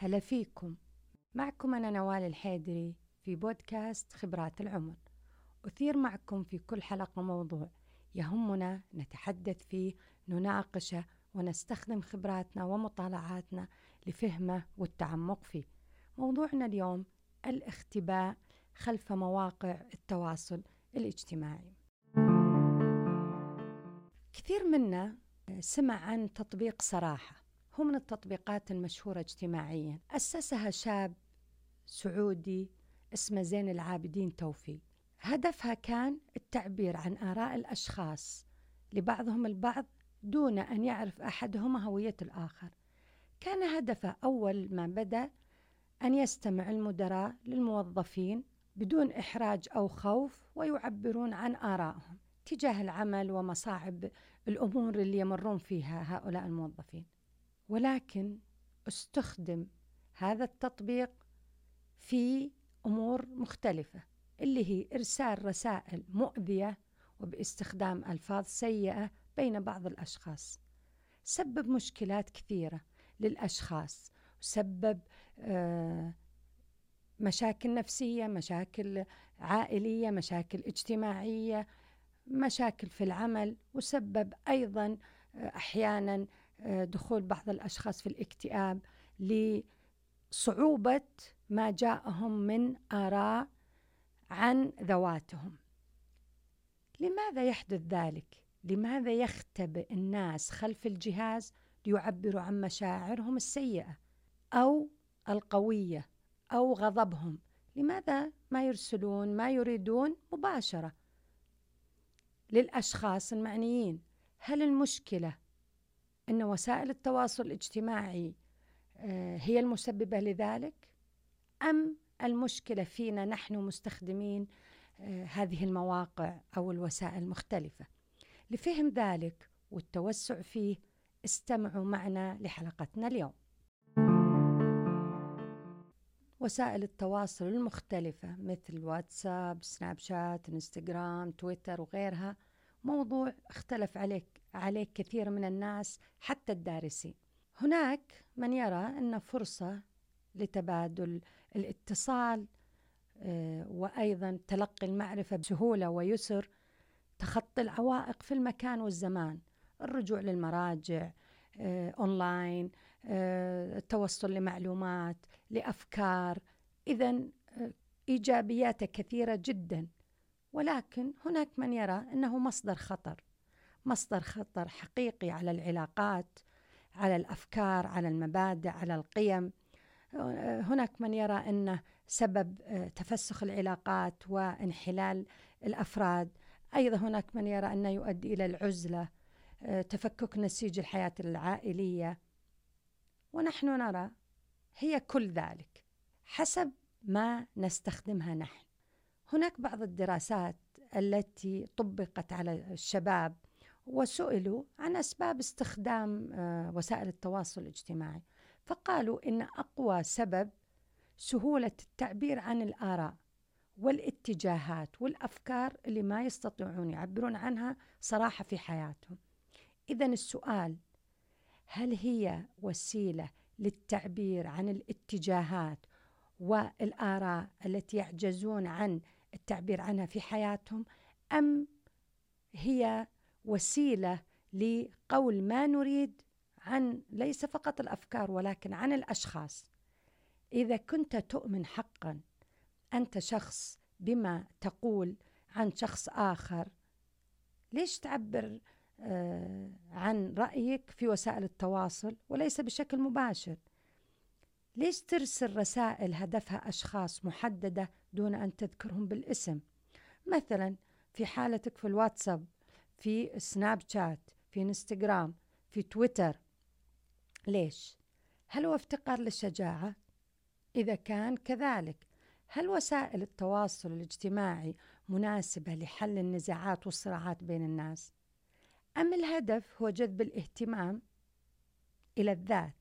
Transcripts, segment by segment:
هلا فيكم. معكم أنا نوال الحيدري في بودكاست خبرات العمر. أثير معكم في كل حلقة موضوع يهمنا نتحدث فيه، نناقشه ونستخدم خبراتنا ومطالعاتنا لفهمه والتعمق فيه. موضوعنا اليوم الاختباء خلف مواقع التواصل الاجتماعي. كثير منا سمع عن تطبيق صراحة، هو من التطبيقات المشهورة اجتماعيا، أسسها شاب سعودي اسمه زين العابدين توفيق. هدفها كان التعبير عن آراء الأشخاص لبعضهم البعض دون أن يعرف أحدهما هوية الآخر. كان هدفه أول ما بدأ أن يستمع المدراء للموظفين بدون إحراج أو خوف، ويعبرون عن آرائهم تجاه العمل ومصاعب الأمور اللي يمرون فيها هؤلاء الموظفين. ولكن استخدم هذا التطبيق في أمور مختلفة، اللي هي إرسال رسائل مؤذية وباستخدام ألفاظ سيئة بين بعض الأشخاص. سبب مشكلات كثيرة للأشخاص، سبب مشاكل نفسية، مشاكل عائلية، مشاكل اجتماعية، مشاكل في العمل، وسبب أيضا أحيانا دخول بعض الأشخاص في الاكتئاب لصعوبة ما جاءهم من آراء عن ذواتهم. لماذا يحدث ذلك؟ لماذا يختبئ الناس خلف الجهاز ليعبروا عن مشاعرهم السيئة أو القوية أو غضبهم؟ لماذا ما يرسلون ما يريدون مباشرة للأشخاص المعنيين؟ هل المشكلة أن وسائل التواصل الاجتماعي هي المسببة لذلك، أم المشكلة فينا نحن مستخدمين هذه المواقع أو الوسائل المختلفة؟ لفهم ذلك والتوسع فيه استمعوا معنا لحلقتنا اليوم. وسائل التواصل المختلفة مثل واتساب، سناب شات، انستغرام، تويتر وغيرها موضوع اختلف عليه كثير من الناس حتى الدارسين. هناك من يرى أن فرصة لتبادل الاتصال وأيضا تلقي المعرفة بسهولة ويسر، تخطي العوائق في المكان والزمان، الرجوع للمراجع أونلاين، التوصل لمعلومات، لأفكار. إذن إيجابياته كثيرة جدا، ولكن هناك من يرى أنه مصدر خطر حقيقي على العلاقات، على الأفكار، على المبادئ، على القيم. هناك من يرى أنه سبب تفسخ العلاقات وانحلال الأفراد. أيضا هناك من يرى أنه يؤدي إلى العزلة، تفكك نسيج الحياة العائلية. ونحن نرى هي كل ذلك حسب ما نستخدمها نحن. هناك بعض الدراسات التي طبقت على الشباب وسئلوا عن أسباب استخدام وسائل التواصل الاجتماعي، فقالوا إن أقوى سبب سهولة التعبير عن الآراء والاتجاهات والأفكار اللي ما يستطيعون يعبرون عنها صراحة في حياتهم. إذن السؤال، هل هي وسيلة للتعبير عن الاتجاهات والآراء التي يعجزون عن التعبير عنها في حياتهم، أم هي وسيلة لقول ما نريد عن ليس فقط الأفكار ولكن عن الأشخاص؟ إذا كنت تؤمن حقا أنت شخص بما تقول عن شخص آخر، ليش تعبر عن رأيك في وسائل التواصل وليس بشكل مباشر؟ ليش ترسل رسائل هدفها أشخاص محددة دون أن تذكرهم بالاسم؟ مثلا في حالتك في الواتساب، في سناب شات، في انستغرام، في تويتر. ليش؟ هل هو افتقار للشجاعة؟ إذا كان كذلك، هل وسائل التواصل الاجتماعي مناسبة لحل النزاعات والصراعات بين الناس؟ أم الهدف هو جذب الاهتمام إلى الذات؟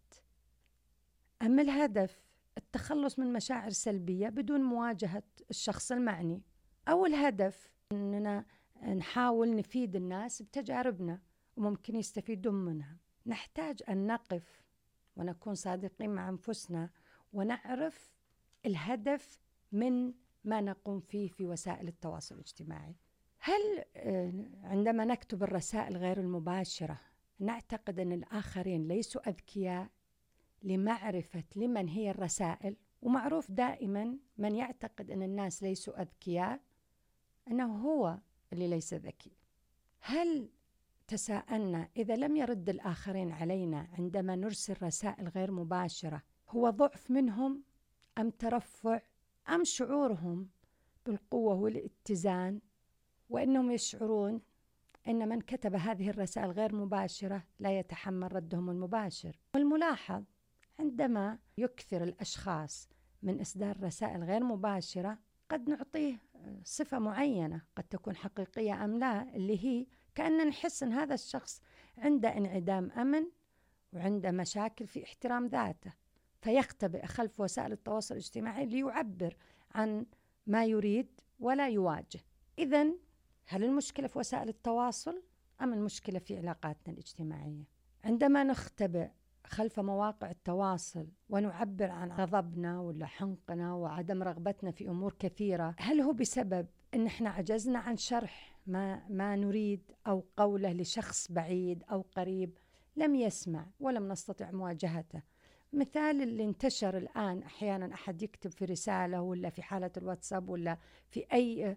أم الهدف التخلص من مشاعر سلبية بدون مواجهة الشخص المعني؟ أو الهدف أننا نحاول نفيد الناس بتجاربنا وممكن يستفيدون منها؟ نحتاج أن نقف ونكون صادقين مع أنفسنا ونعرف الهدف من ما نقوم فيه في وسائل التواصل الاجتماعي. هل عندما نكتب الرسائل غير المباشرة نعتقد أن الآخرين ليسوا أذكياء لمعرفة لمن هي الرسائل؟ ومعروف دائما من يعتقد أن الناس ليسوا أذكياء أنه هو اللي ليس ذكي. هل تساءلنا إذا لم يرد الآخرين علينا عندما نرسل رسائل غير مباشرة هو ضعف منهم أم ترفع أم شعورهم بالقوة والاتزان، وأنهم يشعرون أن من كتب هذه الرسائل غير مباشرة لا يتحمل ردهم المباشر؟ والملاحظ عندما يكثر الأشخاص من إصدار رسائل غير مباشرة قد نعطيه صفة معينة قد تكون حقيقية أم لا، اللي هي كأننا نحس أن هذا الشخص عنده انعدام أمن وعنده مشاكل في احترام ذاته، فيختبئ خلف وسائل التواصل الاجتماعي ليعبر عن ما يريد ولا يواجه. إذن هل المشكلة في وسائل التواصل أم المشكلة في علاقاتنا الاجتماعية؟ عندما نختبئ خلف مواقع التواصل ونعبر عن غضبنا ولا حنقنا وعدم رغبتنا في أمور كثيرة، هل هو بسبب أن احنا عجزنا عن شرح ما نريد أو قوله لشخص بعيد أو قريب لم يسمع ولم نستطع مواجهته؟ مثال اللي انتشر الآن، أحيانا أحد يكتب في رسالة ولا في حالة الواتساب ولا في أي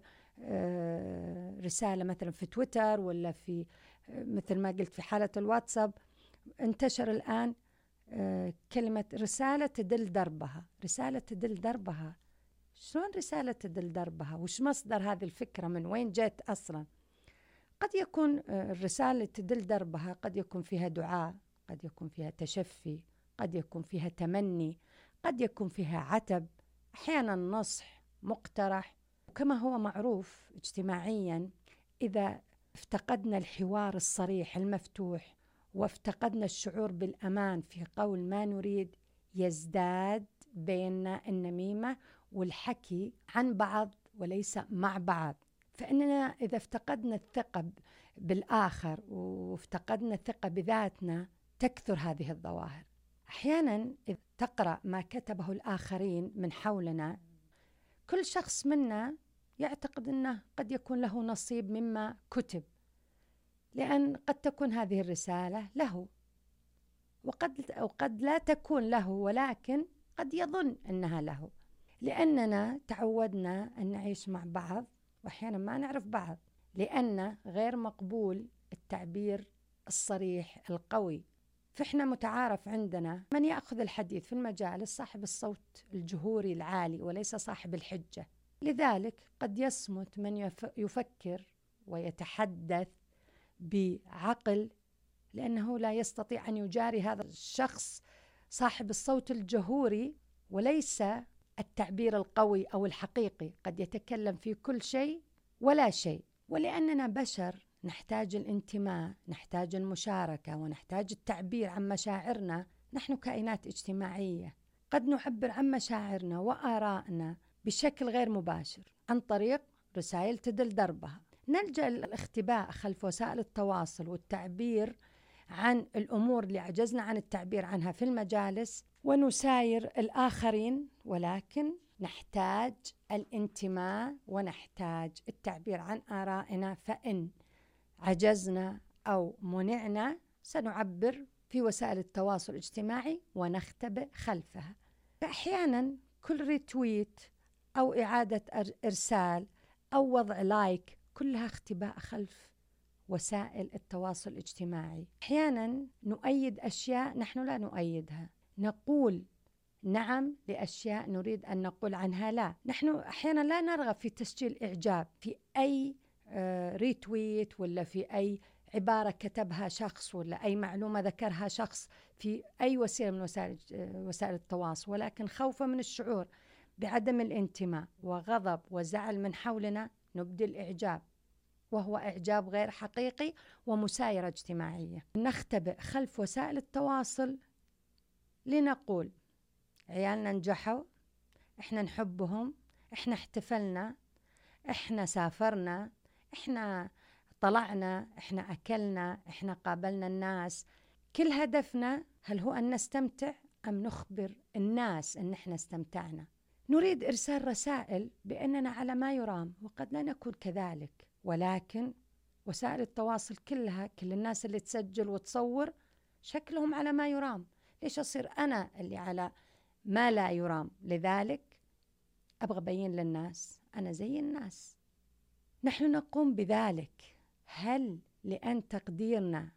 رسالة مثلا في تويتر ولا في مثل ما قلت في حالة الواتساب، انتشر الآن كلمة رسالة تدل دربها. رسالة تدل دربها؟ شلون رسالة تدل دربها؟ وش مصدر هذه الفكرة؟ من وين جت أصلا؟ قد يكون الرسالة تدل دربها قد يكون فيها دعاء، قد يكون فيها تشفي، قد يكون فيها تمني، قد يكون فيها عتب، أحيانا نصح، مقترح. وكما هو معروف اجتماعيا إذا افتقدنا الحوار الصريح المفتوح وافتقدنا الشعور بالأمان في قول ما نريد يزداد بيننا النميمة والحكي عن بعض وليس مع بعض. فإننا إذا افتقدنا الثقة بالآخر وافتقدنا الثقة بذاتنا تكثر هذه الظواهر. أحيانا إذا تقرأ ما كتبه الآخرين من حولنا كل شخص منا يعتقد أنه قد يكون له نصيب مما كتب، لأن قد تكون هذه الرسالة له وقد لا تكون له، ولكن قد يظن أنها له، لأننا تعودنا أن نعيش مع بعض وأحيانا ما نعرف بعض، لأن غير مقبول التعبير الصريح القوي. فإحنا متعارف عندنا من يأخذ الحديث في المجالس صاحب الصوت الجهوري العالي وليس صاحب الحجة. لذلك قد يصمت من يفكر ويتحدث بعقل، لأنه لا يستطيع أن يجاري هذا الشخص صاحب الصوت الجهوري وليس التعبير القوي أو الحقيقي. قد يتكلم في كل شيء ولا شيء. ولأننا بشر نحتاج الانتماء، نحتاج المشاركة، ونحتاج التعبير عن مشاعرنا. نحن كائنات اجتماعية، قد نعبر عن مشاعرنا وآرائنا بشكل غير مباشر عن طريق رسائل تدل دربها. نلجأ للاختباء خلف وسائل التواصل والتعبير عن الأمور اللي عجزنا عن التعبير عنها في المجالس ونساير الآخرين، ولكن نحتاج الانتماء ونحتاج التعبير عن آرائنا. فإن عجزنا أو منعنا سنعبر في وسائل التواصل الاجتماعي ونختبئ خلفها. فأحيانا كل ريتويت أو إعادة إرسال أو وضع لايك كلها اختباء خلف وسائل التواصل الاجتماعي. أحيانا نؤيد أشياء نحن لا نؤيدها، نقول نعم لأشياء نريد أن نقول عنها لا. نحن أحيانا لا نرغب في تسجيل إعجاب في أي ريتويت ولا في أي عبارة كتبها شخص ولا أي معلومة ذكرها شخص في أي وسيلة من وسائل التواصل، ولكن خوفا من الشعور بعدم الانتماء وغضب وزعل من حولنا نبدي الإعجاب، وهو إعجاب غير حقيقي ومسايرة اجتماعية. نختبئ خلف وسائل التواصل لنقول عيالنا نجحوا، إحنا نحبهم، إحنا احتفلنا، إحنا سافرنا، إحنا طلعنا، إحنا أكلنا، إحنا قابلنا الناس. كل هدفنا هل هو أن نستمتع أم نخبر الناس أن احنا استمتعنا؟ نريد إرسال رسائل بأننا على ما يرام، وقد لا نكون كذلك، ولكن وسائل التواصل كلها، كل الناس اللي تسجل وتصور شكلهم على ما يرام. ليش أصير أنا اللي على ما لا يرام؟ لذلك أبغى أبين للناس أنا زي الناس. نحن نقوم بذلك. هل لأن تقديرنا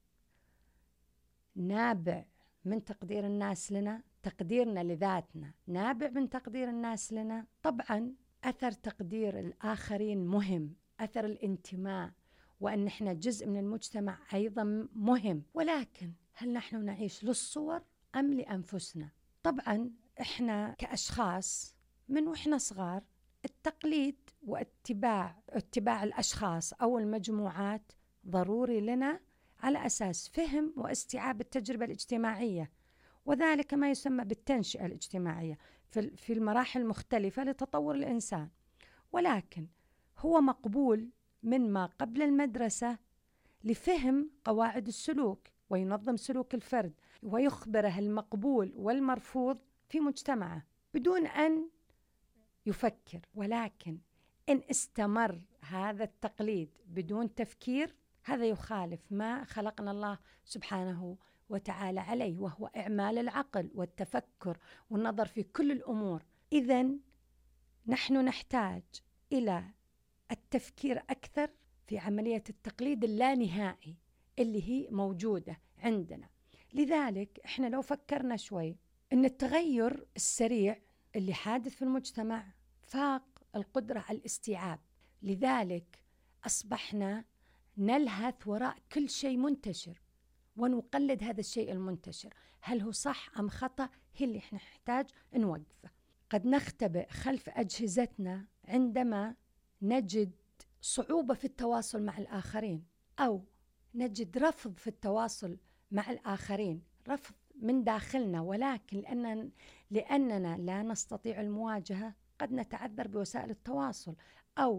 نابع من تقدير الناس لنا؟ تقديرنا لذاتنا نابع من تقدير الناس لنا؟ طبعا أثر تقدير الآخرين مهم، أثر الانتماء وأن احنا جزء من المجتمع أيضا مهم، ولكن هل نحن نعيش للصور أم لأنفسنا؟ طبعا احنا كأشخاص من وإحنا صغار التقليد واتباع الأشخاص أو المجموعات ضروري لنا على أساس فهم واستيعاب التجربة الاجتماعية، وذلك ما يسمى بالتنشئة الاجتماعية في المراحل المختلفة لتطور الإنسان. ولكن هو مقبول من ما قبل المدرسة لفهم قواعد السلوك وينظم سلوك الفرد ويخبره المقبول والمرفوض في مجتمعه بدون أن يفكر. ولكن إن استمر هذا التقليد بدون تفكير، هذا يخالف ما خلقنا الله سبحانه وتعالى عليه، وهو إعمال العقل والتفكر والنظر في كل الأمور. إذن نحن نحتاج إلى التفكير أكثر في عملية التقليد اللانهائي اللي هي موجودة عندنا. لذلك إحنا لو فكرنا شوي إن التغير السريع اللي حادث في المجتمع فاق القدرة على الاستيعاب، لذلك أصبحنا نلهث وراء كل شيء منتشر ونقلد هذا الشيء المنتشر. هل هو صح أم خطأ؟ هي اللي إحنا نحتاج نوقفه. قد نختبئ خلف أجهزتنا عندما نجد صعوبة في التواصل مع الآخرين، أو نجد رفض في التواصل مع الآخرين، رفض من داخلنا، ولكن لأننا لا نستطيع المواجهة قد نتعذر بوسائل التواصل أو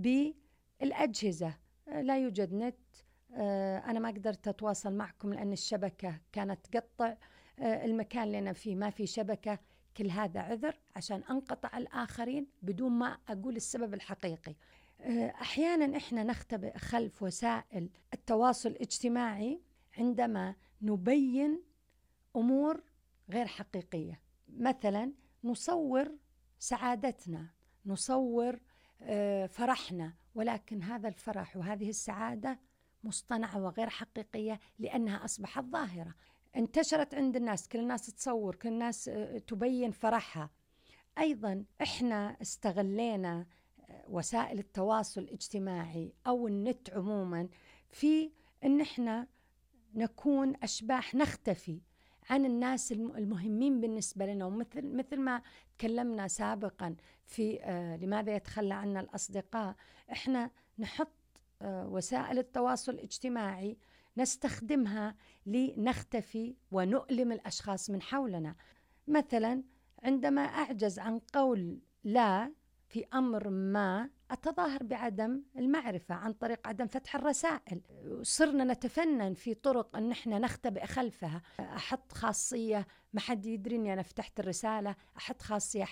بالأجهزة. لا يوجد نت، أنا ما قدرت أتواصل معكم لأن الشبكة كانت تقطع، المكان اللي أنا فيه ما في شبكة. كل هذا عذر عشان أنقطع الآخرين بدون ما أقول السبب الحقيقي. أحيانا إحنا نختبئ خلف وسائل التواصل الاجتماعي عندما نبين أمور غير حقيقية. مثلا نصور سعادتنا، نصور فرحنا، ولكن هذا الفرح وهذه السعادة مصطنعة وغير حقيقية لأنها أصبحت ظاهرة، انتشرت عند الناس، كل الناس تصور، كل الناس تبين فرحها. أيضا إحنا استغلينا وسائل التواصل الاجتماعي أو النت عموما في أن إحنا نكون أشباح، نختفي عن الناس المهمين بالنسبة لنا. ومثل ما تكلمنا سابقا في لماذا يتخلى عنا الأصدقاء، إحنا نحط وسائل التواصل الاجتماعي نستخدمها لنختفي ونؤلم الأشخاص من حولنا. مثلا عندما أعجز عن قول لا في أمر ما، أتظاهر بعدم المعرفة عن طريق عدم فتح الرسائل. صرنا نتفنن في طرق أن احنا نختبئ خلفها. أحط خاصية ما حد يدري أني أنا فتحت الرسالة، أحط خاصية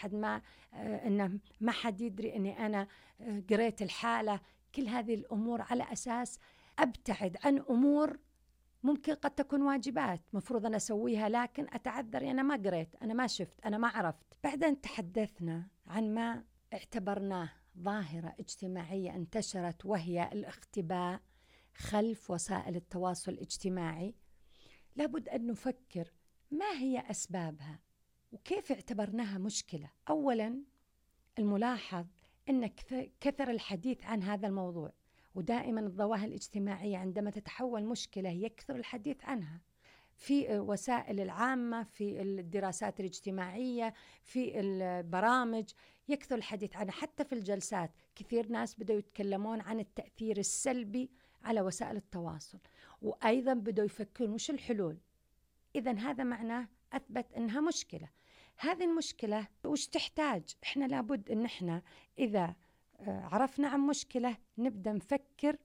أنه ما حد يدري أني أنا قريت الحالة. كل هذه الأمور على أساس أبتعد عن أمور ممكن قد تكون واجبات مفروض أنا أسويها، لكن أتعذر أنا ما قريت، أنا ما شفت، أنا ما عرفت. بعدين تحدثنا عن ما اعتبرناه ظاهرة اجتماعية انتشرت، وهي الاختباء خلف وسائل التواصل الاجتماعي. لابد أن نفكر ما هي أسبابها وكيف اعتبرناها مشكلة. أولا الملاحظ أن كثر الحديث عن هذا الموضوع، ودائما الظواهر الاجتماعية عندما تتحول مشكلة يكثر الحديث عنها في وسائل العامة، في الدراسات الاجتماعية، في البرامج، يكثر الحديث عنها. حتى في الجلسات كثير ناس بدأوا يتكلمون عن التأثير السلبي على وسائل التواصل، وأيضا بدأوا يفكرون وش الحلول. إذن هذا معناه أثبت أنها مشكلة. هذه المشكلة وش تحتاج؟ إحنا لابد أن إحنا إذا عرفنا عن مشكلة نبدأ نفكر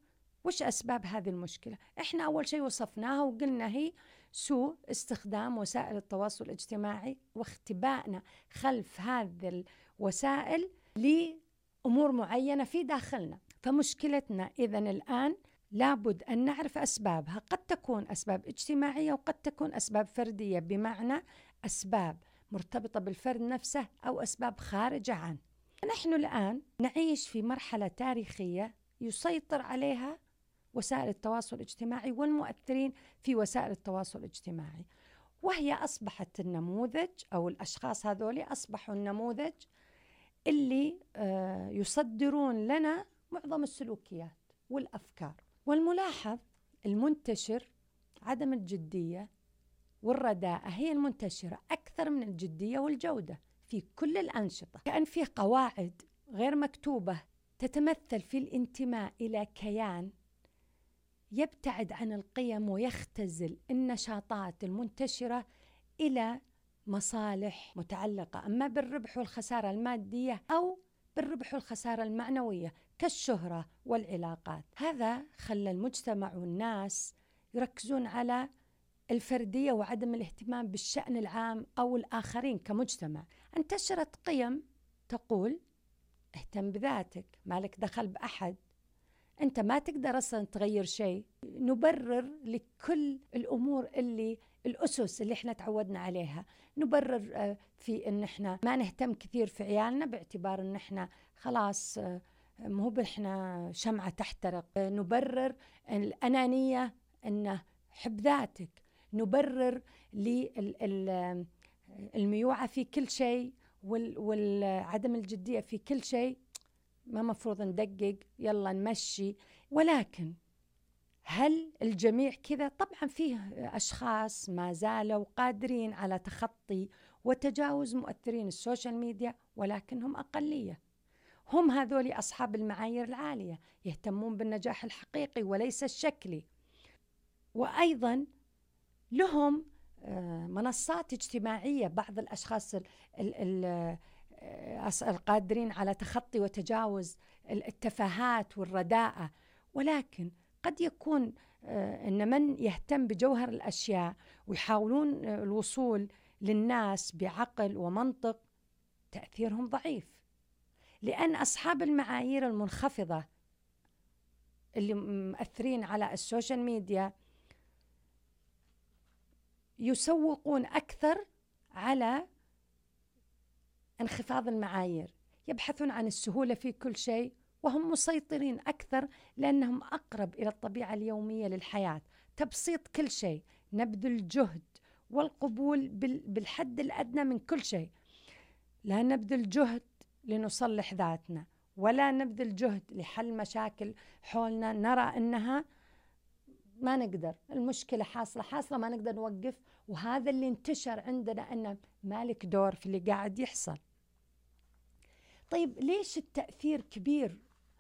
وش أسباب هذه المشكلة؟ إحنا أول شيء وصفناها وقلنا هي سوء استخدام وسائل التواصل الاجتماعي واختبائنا خلف هذه الوسائل لأمور معينة في داخلنا. فمشكلتنا إذن الآن لابد أن نعرف أسبابها، قد تكون أسباب اجتماعية وقد تكون أسباب فردية، بمعنى أسباب مرتبطة بالفرد نفسه أو أسباب خارجة عنه. نحن الآن نعيش في مرحلة تاريخية يسيطر عليها وسائل التواصل الاجتماعي والمؤثرين في وسائل التواصل الاجتماعي، وهي أصبحت النموذج، أو الأشخاص هذول أصبحوا النموذج اللي يصدرون لنا معظم السلوكيات والأفكار. والملاحظ المنتشر عدم الجدية والرداءة هي المنتشرة أكثر من الجدية والجودة في كل الأنشطة، كأن فيه قواعد غير مكتوبة تتمثل في الانتماء إلى كيان يبتعد عن القيم ويختزل النشاطات المنتشرة إلى مصالح متعلقة أما بالربح والخسارة المادية أو بالربح والخسارة المعنوية كالشهرة والعلاقات. هذا خلى المجتمع والناس يركزون على الفردية وعدم الاهتمام بالشأن العام أو الآخرين كمجتمع. انتشرت قيم تقول اهتم بذاتك، مالك دخل بأحد، أنت ما تقدر أصلا تغير شيء. نبرر لكل الأمور اللي الأسس اللي احنا تعودنا عليها، نبرر في أن احنا ما نهتم كثير في عيالنا باعتبار أن احنا خلاص مو احنا شمعة تحترق. نبرر الأنانية أنه حب ذاتك، نبرر للميوعة في كل شيء والعدم الجدية في كل شيء، ما مفروض ندقق، يلا نمشي. ولكن هل الجميع كذا؟ طبعا فيه أشخاص ما زالوا قادرين على تخطي وتجاوز مؤثرين السوشيال ميديا، ولكنهم أقلية. هم هذول أصحاب المعايير العالية، يهتمون بالنجاح الحقيقي وليس الشكلي، وأيضا لهم منصات اجتماعية. بعض الأشخاص القادرين على تخطي وتجاوز التفاهات والرداءة، ولكن قد يكون أن من يهتم بجوهر الأشياء ويحاولون الوصول للناس بعقل ومنطق تأثيرهم ضعيف، لأن أصحاب المعايير المنخفضة اللي مؤثرين على السوشيال ميديا يسوقون أكثر على انخفاض المعايير، يبحثون عن السهولة في كل شيء، وهم مسيطرين أكثر لأنهم أقرب إلى الطبيعة اليومية للحياة، تبسيط كل شيء، نبذل جهد والقبول بالحد الأدنى من كل شيء. لا نبذل جهد لنصلح ذاتنا، ولا نبذل جهد لحل مشاكل حولنا نرى أنها ما نقدر، المشكلة حاصلة ما نقدر نوقف. وهذا اللي انتشر عندنا، أن مالك دور في اللي قاعد يحصل. طيب ليش التأثير كبير؟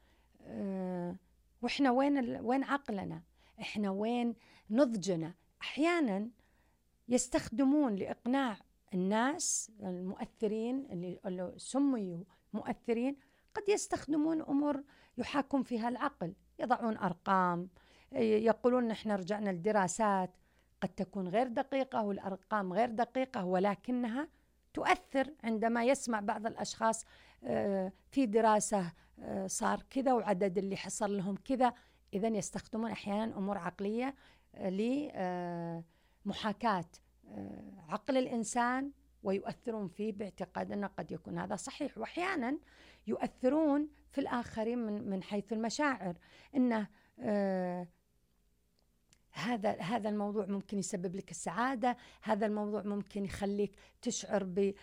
وإحنا وين عقلنا؟ إحنا وين نضجنا؟ أحيانا يستخدمون لإقناع الناس المؤثرين اللي سميوا مؤثرين، قد يستخدمون أمور يحاكم فيها العقل، يضعون أرقام، يقولون نحن رجعنا لدراسات قد تكون غير دقيقة والأرقام غير دقيقة، ولكنها تؤثر. عندما يسمع بعض الأشخاص في دراسة صار كذا وعدد اللي حصل لهم كذا، إذن يستخدمون أحيانا أمور عقلية لمحاكاة عقل الإنسان ويؤثرون فيه باعتقاد أنه قد يكون هذا صحيح. وأحيانا يؤثرون في الآخرين من حيث المشاعر، أنه هذا الموضوع ممكن يسبب لك السعادة، هذا الموضوع ممكن يخليك تشعر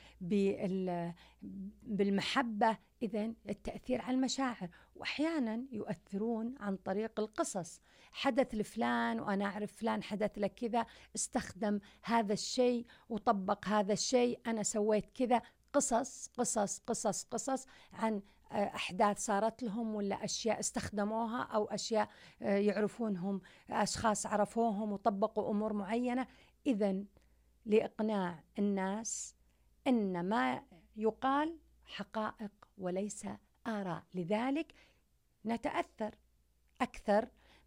بالمحبة. إذن التأثير على المشاعر. وأحيانا يؤثرون عن طريق القصص، حدث لفلان وأنا أعرف فلان حدث لك كذا، استخدم هذا الشيء وطبق هذا الشيء، أنا سويت كذا. قصص قصص قصص قصص عن أحداث صارت لهم ولا أشياء استخدموها أو أشياء يعرفونهم، أشخاص عرفوهم وطبقوا أمور معينة. إذن لإقناع الناس أن ما يقال حقائق وليس آراء، لذلك نتأثر أكثر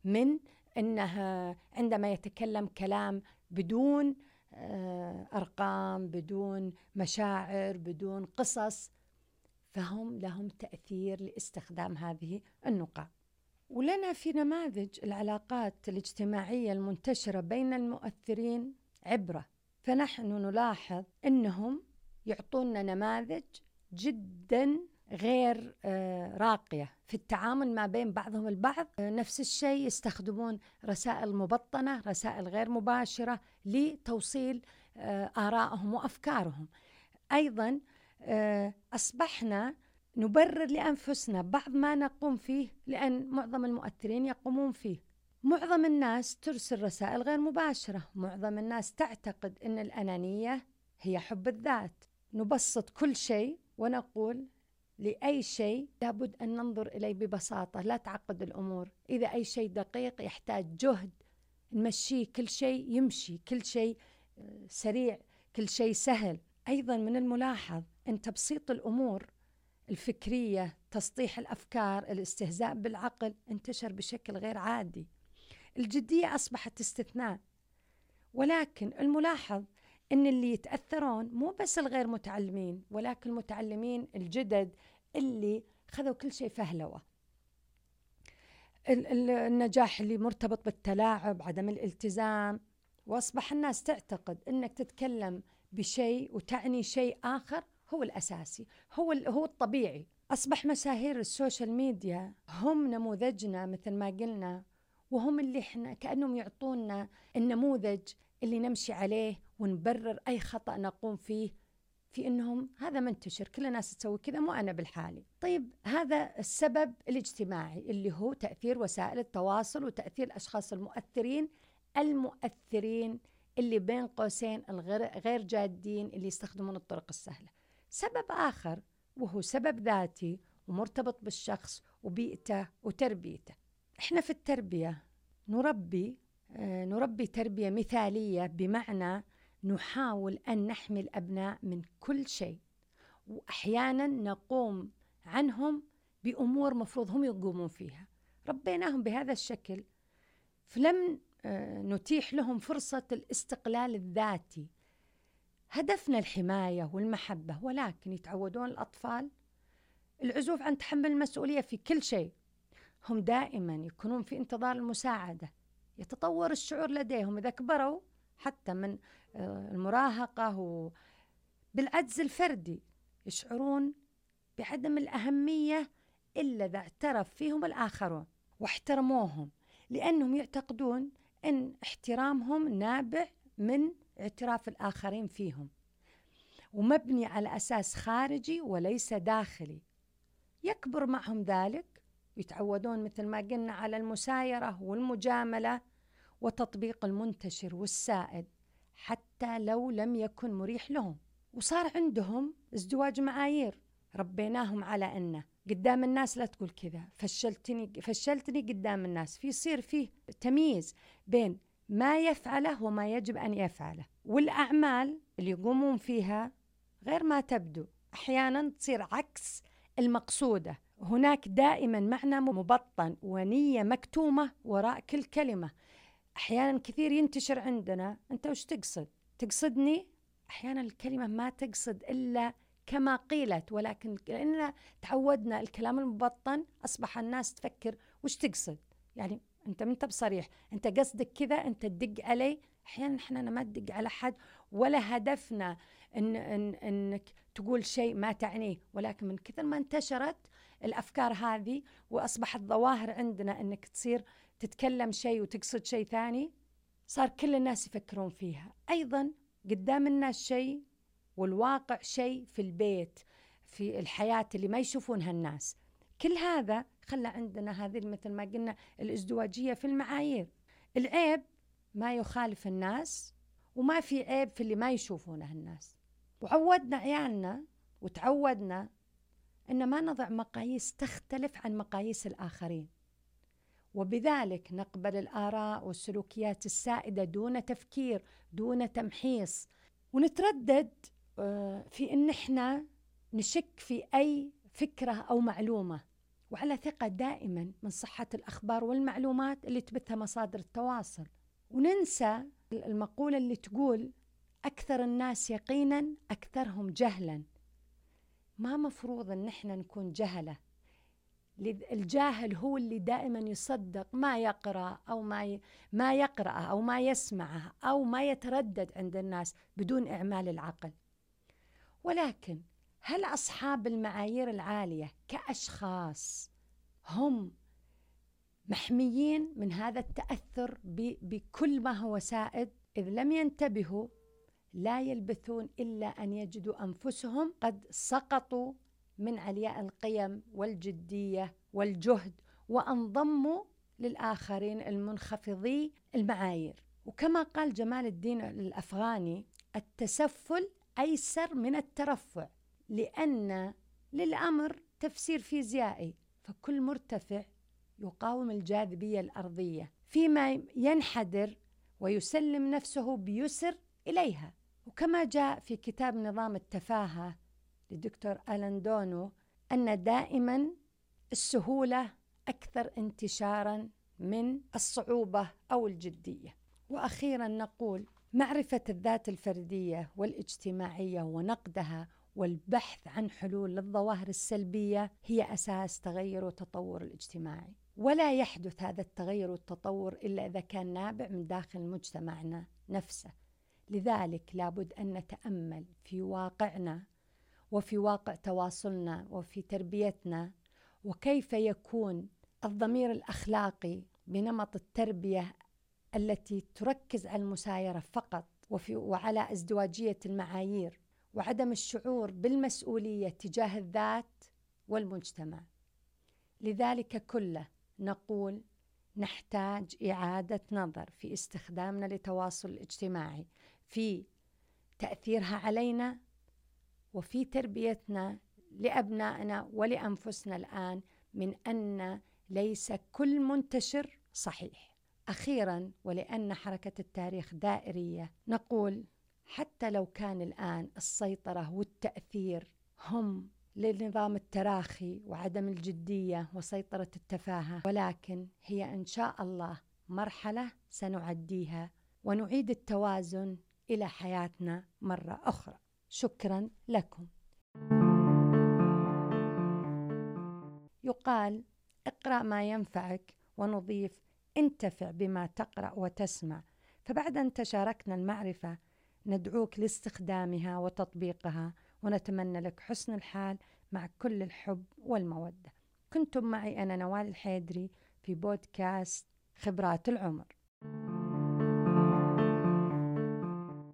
من أنها عندما يتكلم كلام بدون أرقام، بدون مشاعر، بدون قصص، فهم لهم تأثير لاستخدام هذه النقاط. ولنا في نماذج العلاقات الاجتماعية المنتشرة بين المؤثرين عبرة، فنحن نلاحظ أنهم يعطونا نماذج جدا غير راقية في التعامل ما بين بعضهم البعض. نفس الشيء يستخدمون رسائل مبطنة، رسائل غير مباشرة لتوصيل آرائهم وأفكارهم. أيضا أصبحنا نبرر لأنفسنا بعض ما نقوم فيه لأن معظم المؤثرين يقومون فيه. معظم الناس ترسل رسائل غير مباشرة، معظم الناس تعتقد أن الأنانية هي حب الذات. نبسط كل شيء ونقول لأي شيء لابد أن ننظر إليه ببساطة، لا تعقد الأمور. إذا أي شيء دقيق يحتاج جهد نمشيه، كل شيء يمشي، كل شيء سريع، كل شيء سهل. أيضا من الملاحظ أن تبسيط الأمور الفكرية، تسطيح الأفكار، الاستهزاء بالعقل انتشر بشكل غير عادي. الجدية أصبحت استثناء، ولكن الملاحظ أن اللي يتأثرون مو بس الغير متعلمين، ولكن المتعلمين الجدد اللي خذوا كل شيء فهلوة. النجاح اللي مرتبط بالتلاعب، عدم الالتزام، وأصبح الناس تعتقد أنك تتكلم بشيء وتعني شيء آخر هو الأساسي، هو الطبيعي. أصبح مشاهير السوشيال ميديا هم نموذجنا مثل ما قلنا، وهم اللي احنا كأنهم يعطونا النموذج اللي نمشي عليه ونبرر أي خطأ نقوم فيه، في أنهم هذا منتشر، كل الناس تسوي كذا، مو أنا بالحالي. طيب هذا السبب الاجتماعي اللي هو تأثير وسائل التواصل وتأثير الأشخاص المؤثرين اللي بين قوسين غير جادين، اللي يستخدمون الطرق السهلة. سبب آخر وهو سبب ذاتي ومرتبط بالشخص وبيئته وتربيته. إحنا في التربية نربي تربية مثالية، بمعنى نحاول أن نحمي الأبناء من كل شيء، وأحيانا نقوم عنهم بأمور مفروض هم يقومون فيها. ربيناهم بهذا الشكل، فلم نتيح لهم فرصة الاستقلال الذاتي. هدفنا الحماية والمحبة، ولكن يتعودون الأطفال العزوف عن تحمل المسؤولية في كل شيء. هم دائما يكونون في انتظار المساعدة، يتطور الشعور لديهم إذا كبروا حتى من المراهقة وبالعجز الفردي، يشعرون بعدم الأهمية إلا إذا اعترف فيهم الآخرون واحترموهم، لأنهم يعتقدون أن احترامهم نابع من اعتراف الآخرين فيهم، ومبني على أساس خارجي وليس داخلي. يكبر معهم ذلك، يتعودون مثل ما قلنا على المسايرة والمجاملة وتطبيق المنتشر والسائد حتى لو لم يكن مريح لهم. وصار عندهم ازدواج معايير، ربيناهم على أنه قدام الناس لا تقول كذا، فشلتني قدام الناس. يصير فيه تمييز بين ما يفعله وما يجب أن يفعله، والأعمال اللي يقومون فيها غير ما تبدو، أحيانا تصير عكس المقصودة. هناك دائما معنى مبطن ونية مكتومة وراء كل كلمة. أحيانا كثير ينتشر عندنا أنت وش تقصد؟ تقصدني؟ أحيانا الكلمة ما تقصد إلا كما قيلت، ولكن لأننا تعودنا الكلام المبطن أصبح الناس تفكر وش تقصد، يعني أنت بصريح، أنت قصدك كذا، أنت تدق علي. أحيانا إحنا ما ندق على حد، ولا هدفنا إنك تقول شيء ما تعنيه، ولكن من كثر ما انتشرت الأفكار هذه وأصبحت ظواهر عندنا إنك تصير تتكلم شيء وتقصد شيء ثاني، صار كل الناس يفكرون فيها. أيضا قدام الناس شيء والواقع شيء، في البيت، في الحياة اللي ما يشوفونها الناس. كل هذا خلى عندنا هذه مثل ما قلنا الازدواجية في المعايير. العيب ما يخالف الناس، وما في عيب في اللي ما يشوفونه الناس. وعودنا عيالنا وتعودنا إن ما نضع مقاييس تختلف عن مقاييس الآخرين، وبذلك نقبل الآراء والسلوكيات السائدة دون تفكير، دون تمحيص، ونتردد في إن إحنا نشك في أي فكرة أو معلومة. وعلى ثقة دائما من صحة الأخبار والمعلومات اللي تبثها مصادر التواصل. وننسى المقولة اللي تقول أكثر الناس يقينا أكثرهم جهلا. ما مفروض أن احنا نكون جهلة. الجاهل هو اللي دائما يصدق ما يقرأ أو ما يقرأ أو ما يسمعه أو ما يتردد عند الناس بدون إعمال العقل. ولكن هل أصحاب المعايير العالية كأشخاص هم محميين من هذا التأثر بكل ما هو سائد؟ إذ لم ينتبهوا لا يلبثون إلا أن يجدوا أنفسهم قد سقطوا من علياء القيم والجدية والجهد وانضموا للآخرين المنخفضي المعايير. وكما قال جمال الدين الأفغاني: التسفل أيسر من الترفع، لأن للأمر تفسير فيزيائي، فكل مرتفع يقاوم الجاذبية الأرضية فيما ينحدر ويسلم نفسه بيسر إليها. وكما جاء في كتاب نظام التفاهة للدكتور ألان دونو أن دائما السهولة أكثر انتشارا من الصعوبة أو الجدية. وأخيرا نقول: معرفة الذات الفردية والاجتماعية ونقدها والبحث عن حلول للظواهر السلبية هي أساس تغير وتطور الاجتماعي. ولا يحدث هذا التغير والتطور إلا إذا كان نابع من داخل مجتمعنا نفسه. لذلك لابد أن نتأمل في واقعنا وفي واقع تواصلنا وفي تربيتنا، وكيف يكون الضمير الأخلاقي بنمط التربية التي تركز على المسايرة فقط وعلى ازدواجية المعايير وعدم الشعور بالمسؤولية تجاه الذات والمجتمع. لذلك كله نقول: نحتاج إعادة نظر في استخدامنا للتواصل الاجتماعي، في تأثيرها علينا، وفي تربيتنا لأبنائنا ولأنفسنا الآن، من أن ليس كل منتشر صحيح. أخيراً، ولأن حركة التاريخ دائرية، نقول: حتى لو كان الآن السيطرة والتأثير هم لنظام التراخي وعدم الجدية وسيطرة التفاهة، ولكن هي إن شاء الله مرحلة سنعديها ونعيد التوازن إلى حياتنا مرة أخرى. شكراً لكم. يقال: اقرأ ما ينفعك، ونضيف: انتفع بما تقرأ وتسمع. فبعد أن تشاركنا المعرفة ندعوك لاستخدامها وتطبيقها، ونتمنى لك حسن الحال مع كل الحب والمودة. كنتم معي أنا نوال الحيدري في بودكاست خبرات العمر.